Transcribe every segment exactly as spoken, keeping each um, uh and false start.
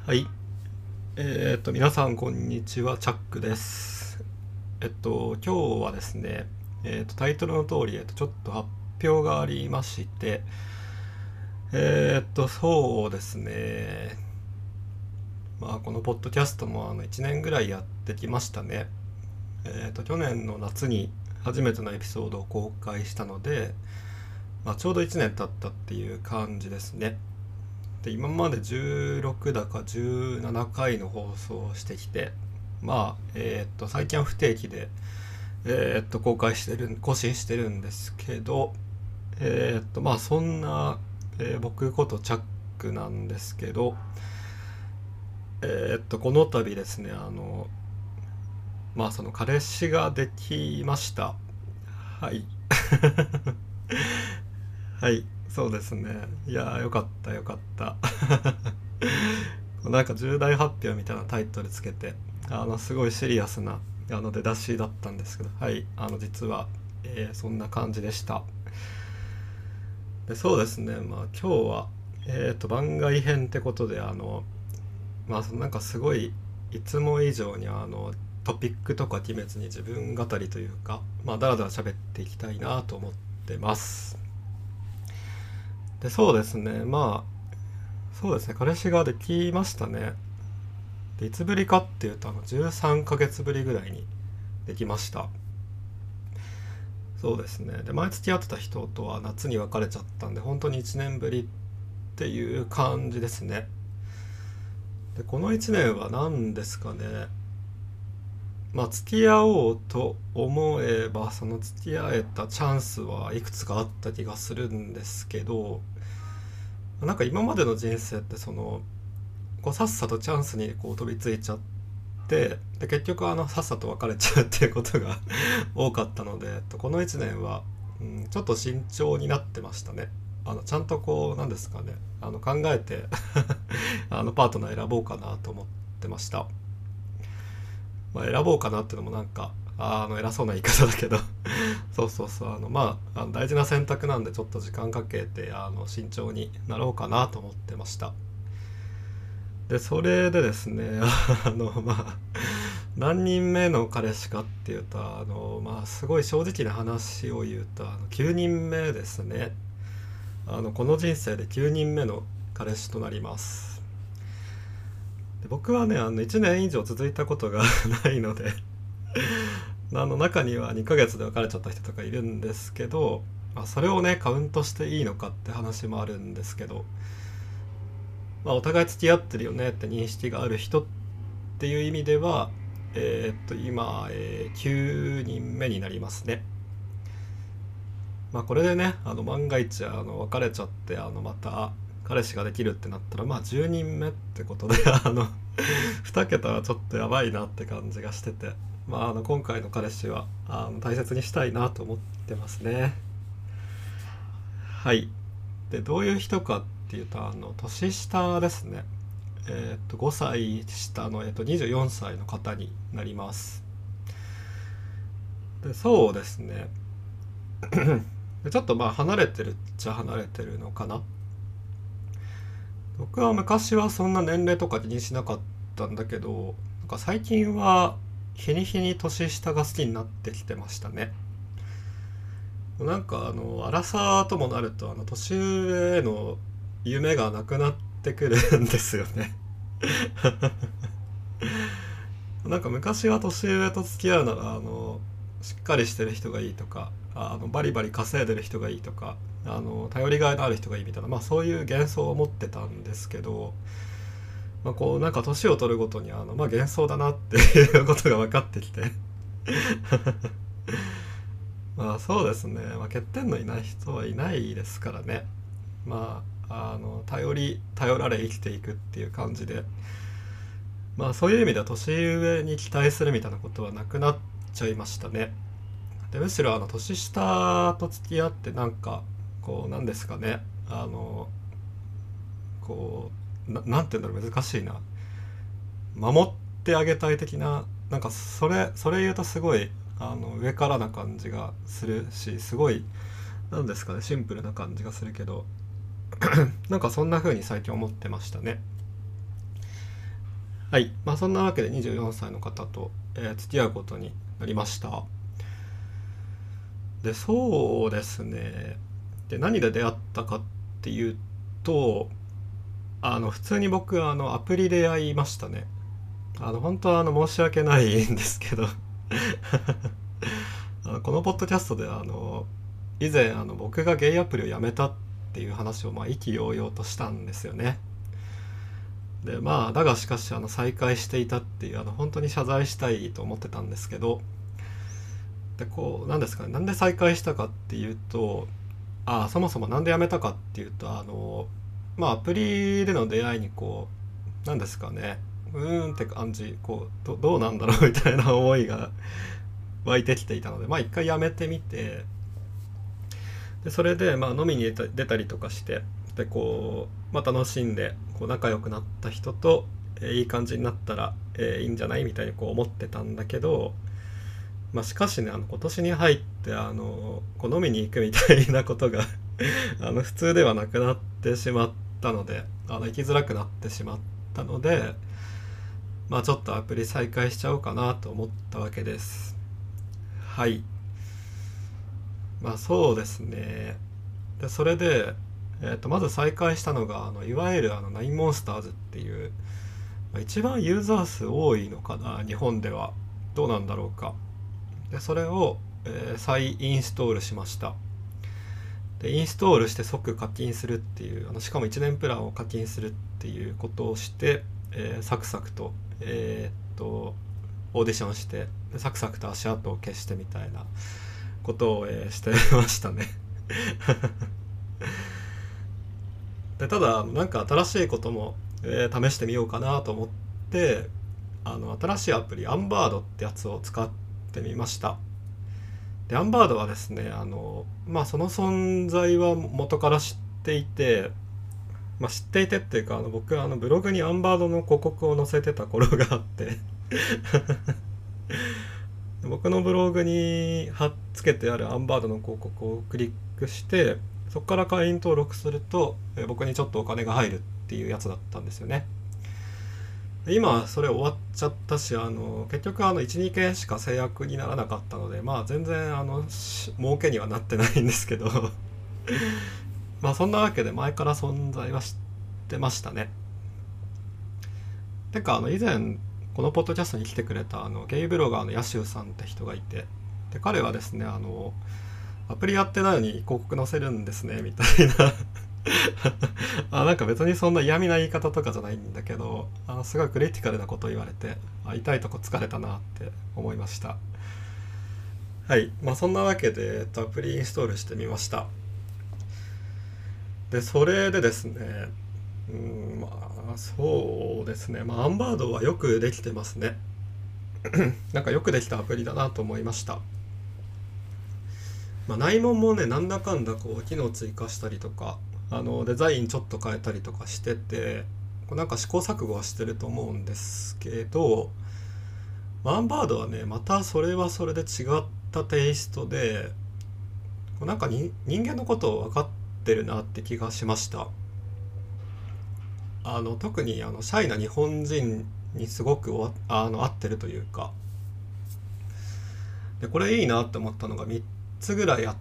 はい。えーっと、皆さん、こんにちは。チャックです。えっと、今日はですね、えーっと、タイトルの通り、えっと、ちょっと発表がありまして、えーっと、そうですね、まあ、このポッドキャストもあのいちねんぐらいやってきましたね。えーっと、去年の夏に初めてのエピソードを公開したので、まあ、ちょうどいちねん経ったっていう感じですね。で今までじゅうろくだかじゅうななかいの放送をしてきて、まあえーっと最近は不定期でえーっと公開してる更新してるんですけど、えーっとまあそんな、えー僕ことチャックなんですけど、えーっとこの度ですね、あのまあその彼氏ができました。はい。はい、そうですね。いやー、よかったよかった。なんか重大発表みたいなタイトルつけて、あのすごいシリアスなあの出だしだったんですけど、はい、あの実は、えーそんな感じでした。でそうですね、まあ今日はえっ、と番外編ってことで、あのまあなんかすごいいつも以上にあのトピックとか決めずに自分語りというか、まあだらだら喋っていきたいなと思ってます。でそうですね、まあそうですね、彼氏ができましたね。でいつぶりかっていうと、あのじゅうさんかげつぶりぐらいにできました。そうですね。で前付き合ってた人とは夏に別れちゃったんで、本当にいちねんぶりっていう感じですね。でこのいちねんは何ですかね、まあ付き合おうと思えばその付き合えたチャンスはいくつかあった気がするんですけど、なんか今までの人生ってそのこうさっさとチャンスにこう飛びついちゃって、で結局あのさっさと別れちゃうっていうことが多かったので、このいちねんは、うん、ちょっと慎重になってましたね。あのちゃんとこうなんですかね、あの考えてあのパートナー選ぼうかなと思ってました。まあ、選ぼうかなっていうのもなんかあの偉そうな言い方だけどそうそうそう、あのまああの大事な選択なんで、ちょっと時間かけてあの慎重になろうかなと思ってました。でそれでですね、あのまあ何人目の彼氏かっていうと、あのまあすごい正直な話を言うと、あのきゅうにんめですね。あのこの人生できゅうにんめの彼氏となります。で僕はね、あのいちねん以上続いたことがないので、あの中にはにかげつで別れちゃった人とかいるんですけど、まあ、それをねカウントしていいのかって話もあるんですけど、まあ、お互い付き合ってるよねって認識がある人っていう意味では、えーっと今、えーきゅうにんめになりますね。まあこれでね、あの万が一あの別れちゃって、あのまた彼氏ができるってなったら、まあじゅうにんめってことで、あのに桁はちょっとやばいなって感じがしてて、まああの今回の彼氏はあの大切にしたいなと思ってますね。はい。でどういう人かっていうと、あの年下ですね。えっとごさい下の、えっとにじゅうよんさいの方になります。でそうですね、でちょっとまあ離れてるっちゃ離れてるのかな。僕は昔はそんな年齢とか気にしなかったんだけど、なんか最近は日に日に年下が好きになってきてましたね。なんかあの荒さともなると、あの年上への夢がなくなってくるんですよね。なんか昔は年上と付き合うなら、あのしっかりしてる人がいいとか、あのバリバリ稼いでる人がいいとか、あの頼りがいのある人がいいみたいな、まあそういう幻想を持ってたんですけど、まあ、こうなんか年を取るごとに、あの、まあ、幻想だなっていうことが分かってきてまあそうですね、まあ、欠点のいない人はいないですからね。まああの頼り頼られ生きていくっていう感じで、まあそういう意味では年上に期待するみたいなことはなくなっちゃいましたね。でむしろあの年下と付き合って、なんかこうなんですかね、あのこうななんて言うんだろう、難しいな、守ってあげたい的な、なんかそれそれ言うとすごいあの上からな感じがするし、すごいなんですかね、シンプルな感じがするけど、なんかそんな風に最近思ってましたね。 はい、まあそんなわけでにじゅうよんさいの方と、えー付き合うことになりました。で、そうですね。で、何で出会ったかっていうと、あの、普通に僕、あの、アプリで会いましたね。あの、本当は、あの、申し訳ないんですけどあのこのポッドキャストで、あの、以前、あの、僕がゲイアプリをやめたっていう話を、まあ、意気揚々としたんですよね。で、まあ、だがしかし、あの、再会していたっていう、あの、本当に謝罪したいと思ってたんですけど、で、こう、なんですかね、なんで再会したかっていうと、あ、そもそもなんで辞めたかっていうと、あのまあアプリでの出会いにこうなんですかね、うーんって感じ、こうどどうなんだろうみたいな思いが湧いてきていたので、まあ一回辞めてみて、でそれでまあ飲みに出た出たりとかして、でこう、まあ、楽しんでこう仲良くなった人と、えーいい感じになったら、えーいいんじゃないみたいにこう思ってたんだけど、まあ、しかしね、あの今年に入ってあのこう飲みに行くみたいなことがあの普通ではなくなってしまったので、あの行きづらくなってしまったので、まあちょっとアプリ再開しちゃおうかなと思ったわけです。はい。まあそうですね。でそれで、えー、とまず再開したのが、あのいわゆるあのナインモンスターズっていう、まあ一番ユーザー数多いのかな、日本では。どうなんだろうか。でそれを、えー再インストールしました。でインストールして即課金するっていう、あのしかもいちねんプランを課金するっていうことをして、えーサクサクとえーっとオーディションして、でサクサクと足跡を消してみたいなことを、えーしてましたね。でただなんか新しいことも、えー試してみようかなと思って、あの新しいアプリアンバードってやつを使ってみました。でアンバードはですね、あのまあその存在は元から知っていて、まあ、知っていてっていうか、あの僕はあのブログにアンバードの広告を載せてた頃があって僕のブログに貼っつけてあるアンバードの広告をクリックして、そこから会員登録すると、え僕にちょっとお金が入るっていうやつだったんですよね。今それ終わっちゃったし、あの結局あのいち、にけんしか制約にならなかったので、まあ全然あのし儲けにはなってないんですけどまあそんなわけで前から存在は知ってましたね。てかあの以前このポッドキャストに来てくれたあのゲイブロガーのヤシュウさんって人がいて、で彼はですね、あのアプリやってないのに広告載せるんですねみたいなあ、なんか別にそんな嫌味な言い方とかじゃないんだけど、あのすごいクリティカルなことを言われて、あ、痛いとこ疲れたなって思いました。はい、まあそんなわけで、えっと、アプリインストールしてみました。でそれでですね、うん、まあそうですね、まあアンバードはよくできてますね。なんかよくできたアプリだなと思いました。まあ、内門もね、なんだかんだこう機能追加したりとか、あのデザインちょっと変えたりとかしてて、こうなんか試行錯誤はしてると思うんですけど、ワンバードはね、またそれはそれで違ったテイストで、こうなんかに人間のことを分かってるなって気がしました。あの特にあのシャイな日本人にすごくおあの合ってるというか、でこれいいなって思ったのがみっつぐらいあって、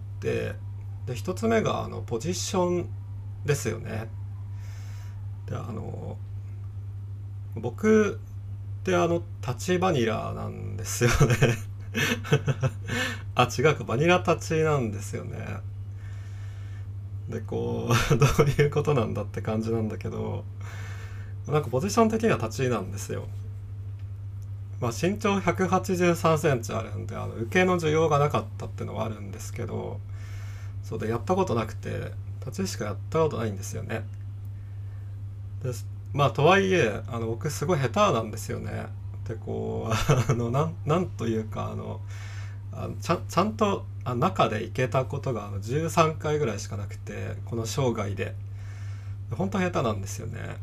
でひとつめがあのポジションですよね。であの僕ってあの立ちバニラなんですよねあ、違うか、バニラ立ちなんですよね。でこうどういうことなんだって感じなんだけど、なんかポジション的には立ちなんですよ。まあ身長ひゃくはちじゅうさんセンチあるんで、あの受けの需要がなかったっていうのはあるんですけど、そうでやったことなくて、立ちしかやったことないんですよね。でまあとはいえ、あの僕すごい下手なんですよね。でこうあのなんなんというか、あのあのちゃんちゃんとあ中で行けたことがあのじゅうさんかいぐらいしかなくて、この生涯で本当下手なんですよね。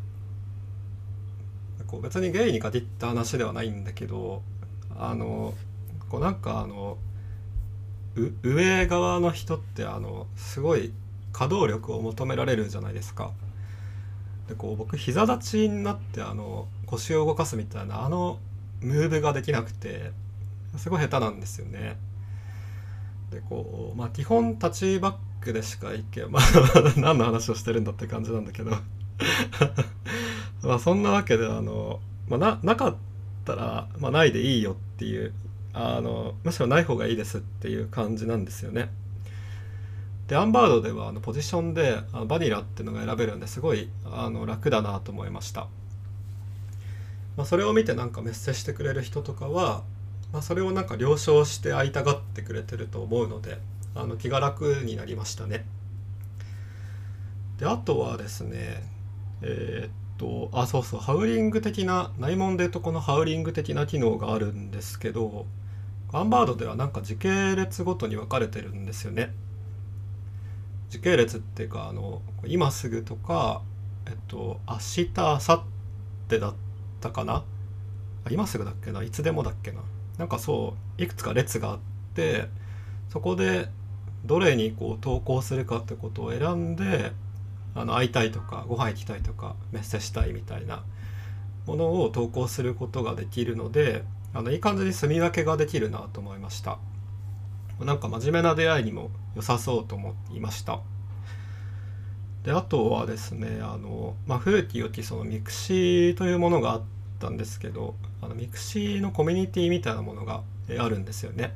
こう別にゲイに限った話ではないんだけど、あのこうなんかあのう上側の人ってあのすごい可動力を求められるじゃないですか。でこう僕膝立ちになって、あの腰を動かすみたいなあのムーブができなくてすごい下手なんですよね。でこうまあ基本タッチバックでしかいけまあ何の話をしてるんだって感じなんだけどまあそんなわけであの、まあ、な, なかったら、まあ、ないでいいよっていうあのむしろない方がいいですっていう感じなんですよね。でアンバードではあのポジションであのバニラっていうのが選べるんですごいあの楽だなと思いました。まあ、それを見てなんかメッセージしてくれる人とかは、まあ、それをなんか了承して会いたがってくれてると思うのであの気が楽になりましたね。であとはですねえーっとあそうそうハウリング的な内門でいうとこのハウリング的な機能があるんですけどアンバードではなんか時系列ごとに分かれてるんですよね。時系列っていうかあの今すぐとかえっと明日明後日だったかなあ今すぐだっけないつでもだっけななんかそういくつか列があってそこでどれにこう投稿するかってことを選んであの会いたいとかご飯行きたいとかメッセージしたいみたいなものを投稿することができるのであのいい感じに住み分けができるなと思いました。なんか真面目な出会いにも良さそうと思いました。であとはですねあの、まあ、古き良きそのミクシーというものがあったんですけどあのミクシーのコミュニティみたいなものがあるんですよね。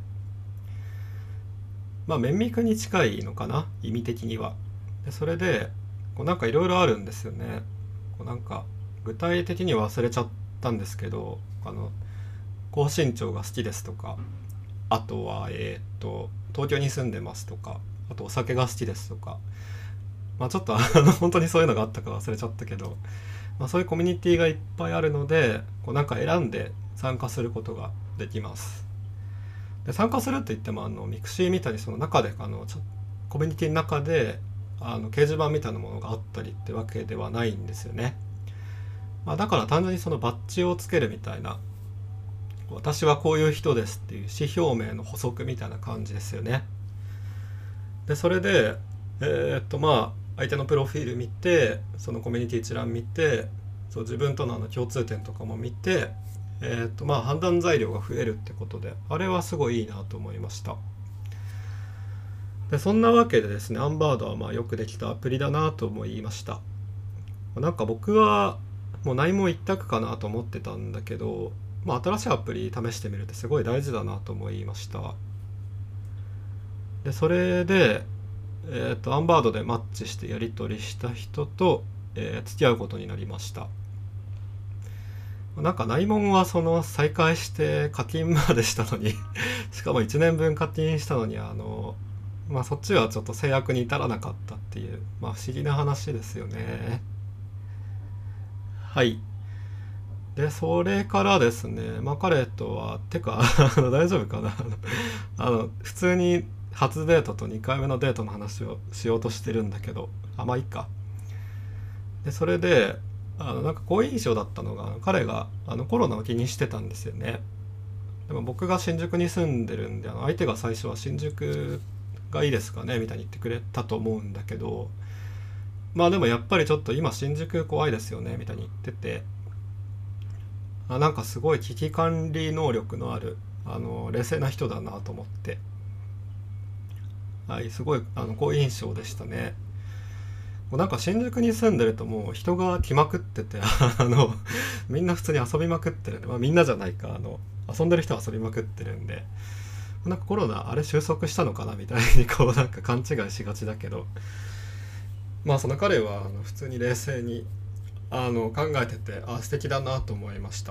まあ綿ミクに近いのかな意味的には。でそれでこうなんかいろいろあるんですよね。こうなんか具体的には忘れちゃったんですけどあの高身長が好きですとかあとはえっと東京に住んでますとかあとお酒が好きですとかまあちょっとあの本当にそういうのがあったか忘れちゃったけど、まあ、そういうコミュニティがいっぱいあるのでこうなんか選んで参加することができます。で参加するって言ってもあのミクシーみたいにその中であのちょコミュニティの中であの掲示板みたいなものがあったりってわけではないんですよね。まあ、だから単純にそのバッジをつけるみたいな私はこういう人ですっていう意思表明の補足みたいな感じですよね。でそれでえー、っとまあ相手のプロフィール見てそのコミュニティ一覧見てそう自分とのあの共通点とかも見てえー、っとまあ判断材料が増えるってことであれはすごいいいなと思いました。でそんなわけでですねアンバードはまあよくできたアプリだなと思いました。なんか僕はもう内門一択かなと思ってたんだけど、まあ、新しいアプリ試してみるってすごい大事だなと思いました。でそれで、えー、とアンバードでマッチしてやり取りした人と、えー付き合うことになりました。なんか内門はその再開して課金までしたのにしかもいちねんぶん課金したのにあのまあそっちはちょっと制約に至らなかったっていう、まあ、不思議な話ですよね。はい。でそれからですね、まあ、彼とはてかあの大丈夫かなあの普通に初デートとにかいめのデートの話をしようとしてるんだけどあまあいいか。でそれであのなんか好印象だったのが彼があのコロナを気にしてたんですよね。でも僕が新宿に住んでるんであの相手が最初は新宿がいいですかねみたいに言ってくれたと思うんだけどまあでもやっぱりちょっと今新宿怖いですよねみたいに言っててあなんかすごい危機管理能力のあるあの冷静な人だなと思って、はい、すごいあの好印象でしたね。もうなんか新宿に住んでるともう人が来まくっててあのみんな普通に遊びまくってるんで、まあ、みんなじゃないかあの遊んでる人は遊びまくってるんでなんかコロナあれ収束したのかなみたいにこうなんか勘違いしがちだけどまあその彼はあの普通に冷静にあの考えててあ素敵だなと思いました。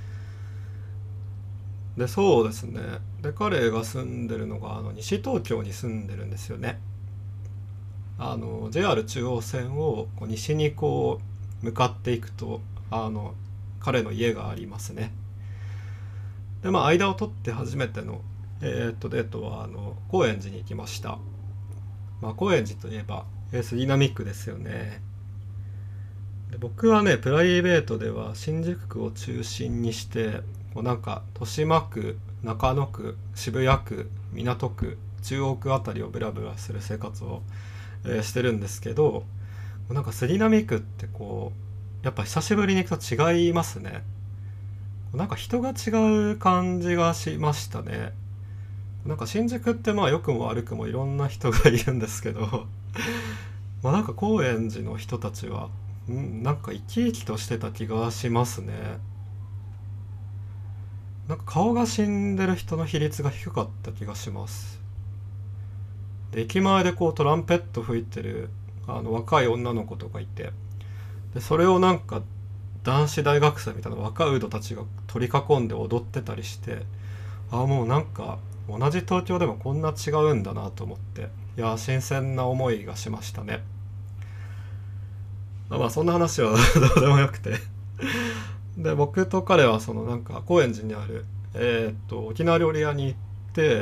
でそうですねで彼が住んでるのがあの西東京に住んでるんですよね。あの ジェイアール 中央線をこう西にこう向かっていくとあの彼の家がありますね。でまあ間を取って初めての、えー、っとデートはあの高円寺に行きました。まあ、高円寺といえばエースディナミックですよね。で僕はねプライベートでは新宿区を中心にしてこうなんか豊島区中野区渋谷区港区中央区あたりをブラブラする生活を、えーしてるんですけどなんか杉並区ってこやっぱ久しぶりに行くと違いますね。なんか人が違う感じがしましたね。なんか新宿ってまあ良くも悪くもいろんな人がいるんですけどまあなんか高円寺の人たちはんなんか生き生きとしてた気がしますね。なんか顔が死んでる人の比率が低かった気がします。で駅前でこうトランペット吹いてるあの若い女の子とかいて、でそれをなんか男子大学生みたいな若いウドたちが取り囲んで踊ってたりして、ああもうなんか同じ東京でもこんな違うんだなと思って、いや新鮮な思いがしましたね。まあそんな話はどうでもよくてで僕と彼はそのなんか高円寺にあるえーっと沖縄料理屋に行って、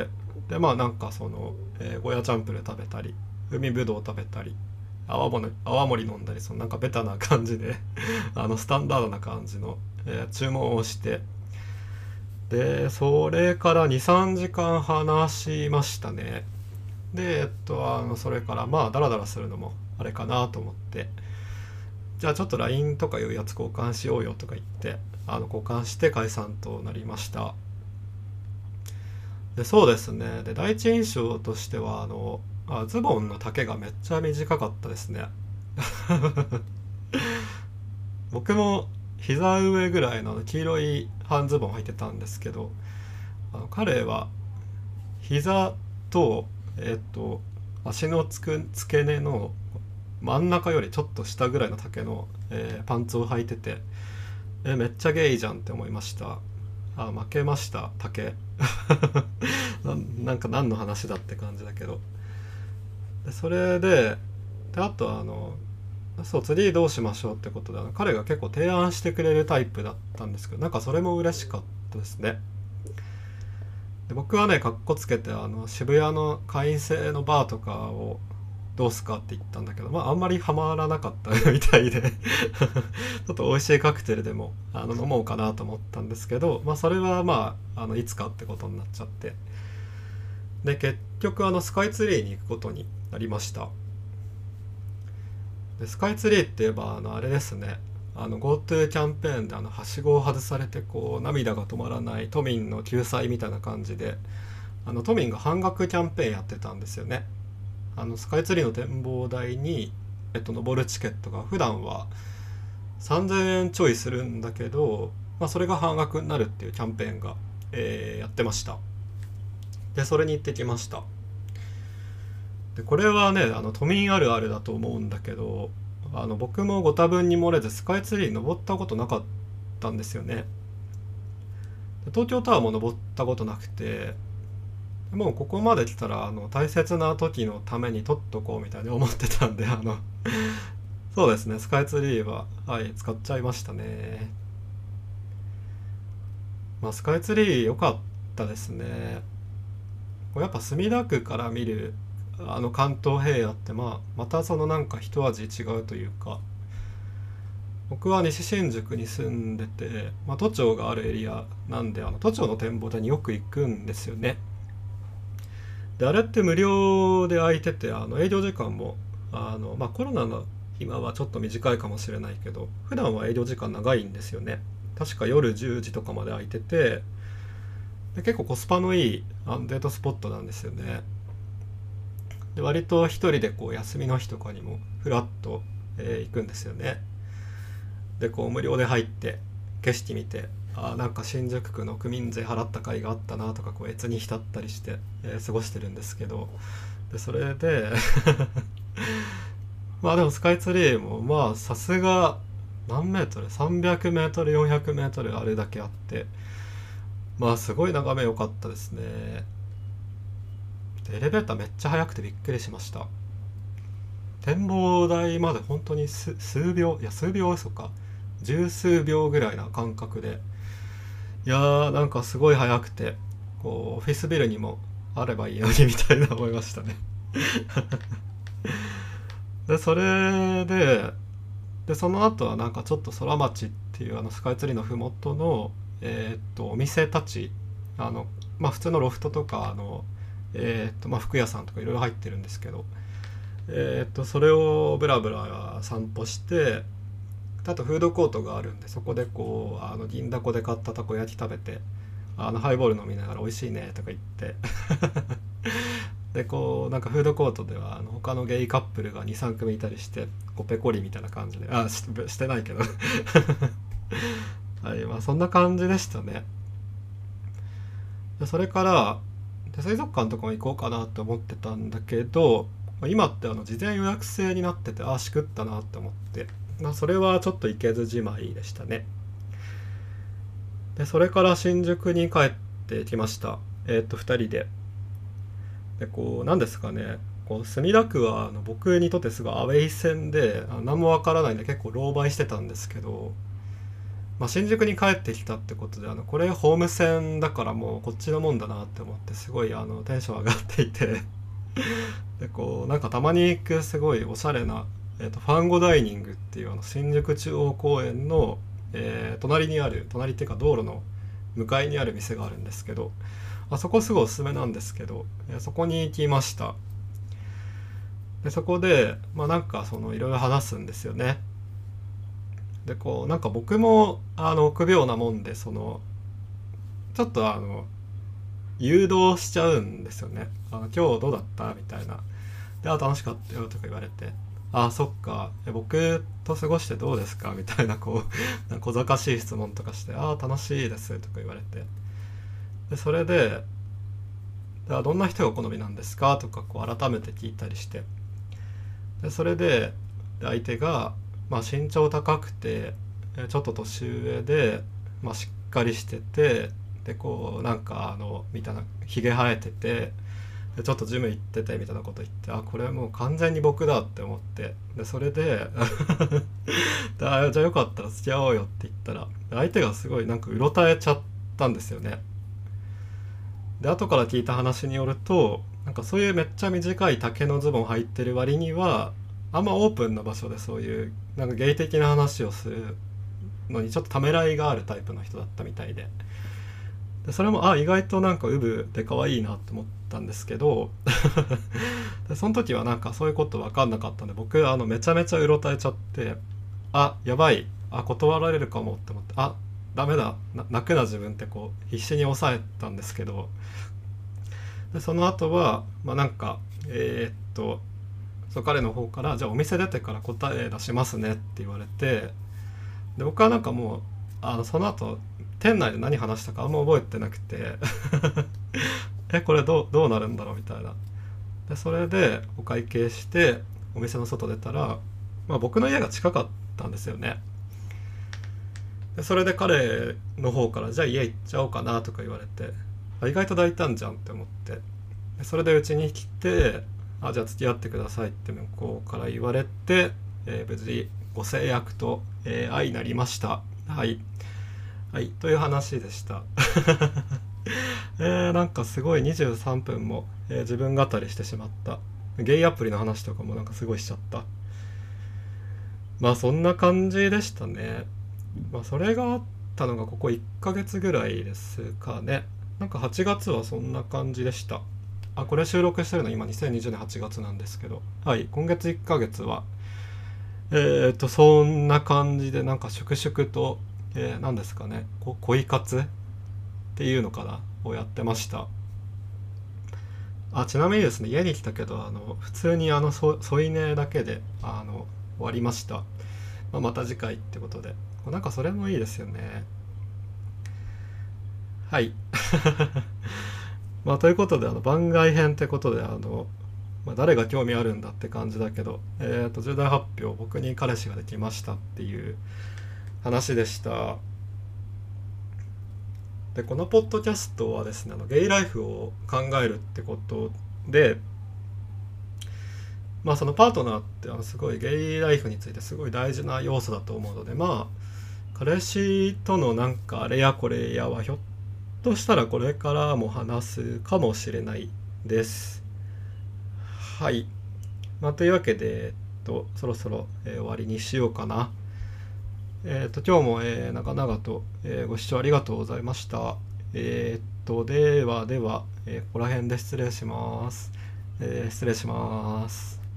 でまあなんかその、えーゴーヤチャンプル食べたり海ぶどう食べたり泡盛泡盛飲んだり、そのなんかベタな感じであのスタンダードな感じの、えー注文をして、でそれからにさんじかん話しましたね。でえっとあのそれからまあダラダラするのもあれかなと思って、じゃあちょっと ライン とかいうやつ交換しようよとか言ってあの交換して解散となりました。でそうですね、で第一印象としてはあのあズボンの丈がめっちゃ短かったですね。僕も膝上ぐらいの黄色い半ズボン履いてたんですけど、あの彼は膝とえっと足のつく付け根の真ん中よりちょっと下ぐらいの丈の、えーパンツを履いてて、えめっちゃゲイじゃんって思いました。あ負けました竹ななんか何の話だって感じだけど、でそれでであとあのそう次どうしましょうってことで、あの彼が結構提案してくれるタイプだったんですけど、なんかそれも嬉しかったですね。で僕はねかっこつけてあの渋谷の会員制のバーとかをどうすかって言ったんだけど、まああんまりハマらなかったみたいでちょっと美味しいカクテルでもあの飲もうかなと思ったんですけど、まあそれはまああのいつかってことになっちゃって、で結局あのスカイツリーに行くことになりました。でスカイツリーって言えばあのあれですね、あの GoTo キャンペーンであのはしごを外されてこう涙が止まらない都民の救済みたいな感じで、あの都民が半額キャンペーンやってたんですよね。あのスカイツリーの展望台に、えっと、登るチケットが普段はさんぜんえんちょいするんだけど、まあ、それが半額になるっていうキャンペーンが、えーやってました。でそれに行ってきました。でこれはねあの都民あるあるだと思うんだけど、あの僕もご多分に漏れずスカイツリー登ったことなかったんですよね。で東京タワーも登ったことなくて、もうここまで来たらあの大切な時のために撮っとこうみたいに思ってたんで、あのそうですねスカイツリーははい使っちゃいましたね。まあスカイツリー良かったですね。こうやっぱ墨田区から見るあの関東平野って、まあ、またそのなんか一味違うというか、僕は西新宿に住んでて、まあ、都庁があるエリアなんであの都庁の展望台によく行くんですよね。であれって無料で空いてて、あの営業時間もあの、まあ、コロナの今はちょっと短いかもしれないけど普段は営業時間長いんですよね。確か夜じゅうじとかまで空いてて、で結構コスパのいいあのデートスポットなんですよね。で割と一人でこう休みの日とかにもフラッと、えー行くんですよね。でこう無料で入って景色見て、あーなんか新宿区の区民税払った甲斐があったなとかこう越に浸ったりして、えー過ごしてるんですけど、でそれでまあでもスカイツリーもまあさすが何メートルさんびゃくメートルよんひゃくメートルあるだけあって、まあすごい眺め良かったですね。でエレベーターめっちゃ速くてびっくりしました。展望台まで本当に数数秒、いや数秒嘘か、十数秒ぐらいな感覚で、いやーなんかすごい速くて、こうオフィスビルにもあればいいのにみたいな思いましたね。でそれででその後はなんかちょっと空町っていうあのスカイツリーのふもとのえーっとお店たち、あのまあ普通のロフトとかあのえーっとまあ服屋さんとかいろいろ入ってるんですけど、えーっとそれをブラブラ散歩して、 あとフードコートがあるんで、そこでこうあの銀だこで買ったたこ焼き食べて、あのハイボール飲みながら美味しいねとか言ってでこうなんかフードコートではあの他のゲイカップルがにさん組いたりして、こうペコリみたいな感じで、あし、してないけどはい、まあそんな感じでしたね。でそれからで水族館とかも行こうかなって思ってたんだけど、今ってあの事前予約制になってて、あしくったなって思って、まあ、それはちょっと行けずじまいでしたね。でそれから新宿に帰ってきました。えー、っとふたりで。でこうなんですかね、こう墨田区はあの僕にとってすごいアウェイ線で、あ何もわからないんで結構狼狽してたんですけど、まあ、新宿に帰ってきたってことで、あのこれホーム線だからもうこっちのもんだなって思って、すごいあのテンション上がっていてでこうなんかたまに行くすごいおしゃれな、えー、とファンゴダイニングっていうあの新宿中央公園の、えー隣にある、隣っていうか道路の向かいにある店があるんですけど、あそこすごいおすすめなんですけど、えーそこに行きました。でそこでまあなんかそのいろいろ話すんですよね。でこうなんか僕もあの臆病なもんで、そのちょっとあの誘導しちゃうんですよね。あの今日どうだったみたいな。で、あ楽しかったよとか言われて、あそっか、え僕と過ごしてどうですかみたいな、こうなんか小賢しい質問とかして、あ楽しいですとか言われて、でそれで、でどんな人が好みなんですかとかこう改めて聞いたりして、でそれで相手が、まあ、身長高くてちょっと年上で、まあ、しっかりしてて、でこうなんかあのみたいな、ひげ生えてて、でちょっとジム行っててみたいなこと言って、あこれもう完全に僕だって思って、でそれでであじゃあよかったら付き合おうよって言ったら、相手がすごいなんかうろたえちゃったんですよね。で後から聞いた話によると、なんかそういうめっちゃ短い丈のズボン履いてる割には、あんまオープンな場所でそういうなんかゲイ的な話をするのにちょっとためらいがあるタイプの人だったみたいで、でそれもあ意外となんかウブで可愛いなって思ったんですけどでその時はなんかそういうこと分かんなかったんで、僕あのめちゃめちゃうろたえちゃって、あやばい、あ断られるかもって思って、あダメだな、泣くな自分ってこう必死に抑えたんですけど、でその後はまあなんかえーっとそう彼の方からじゃあお店出てから答え出しますねって言われて、で僕はなんかもうあのその後店内で何話したかあんま覚えてなくてえこれどうどうなるんだろうみたいな。でそれでお会計してお店の外出たら、まあ、僕の家が近かったんですよね。でそれで彼の方からじゃあ家行っちゃおうかなとか言われて、あ意外と大胆じゃんって思って、でそれでうちに来て、あじゃあ付き合ってくださいって向こうから言われて、えー無事ご制約と、えー愛になりました。はいはいという話でしたえー、なんかすごいにじゅうさんぷんも、えー自分語りしてしまった。ゲイアプリの話とかもなんかすごいしちゃった。まあそんな感じでしたね。まあそれがあったのがここいっかげつぐらいですかね。なんかはちがつはそんな感じでした。あこれ収録してるの今にせんにじゅうねんはちがつなんですけど、はい今月いっかげつはえー、とそんな感じで、なんか粛々と、えー、何ですかね、こ恋活っていうのかなをやってました。あちなみにですね、家に来たけどあの普通にあのそ添い寝だけであの終わりました。まあ、また次回ってことで、なんかそれもいいですよね。はいまあということであの番外編ってことで、あの、まあ、誰が興味あるんだって感じだけど、えー、と重大発表、僕に彼氏ができましたっていう話でした。でこのポッドキャストはですね、あのゲイライフを考えるってことで、まあそのパートナーってあのすごいゲイライフについてすごい大事な要素だと思うので、まあ彼氏とのなんかあれやこれやはひょっとしたらこれからも話すかもしれないです。はい、まあ、というわけで、えっと、そろそろ、えー終わりにしようかな。えっと今日も、えー長々と、えーご視聴ありがとうございました。えーっとではでは、えーここら辺で失礼します。えー失礼します。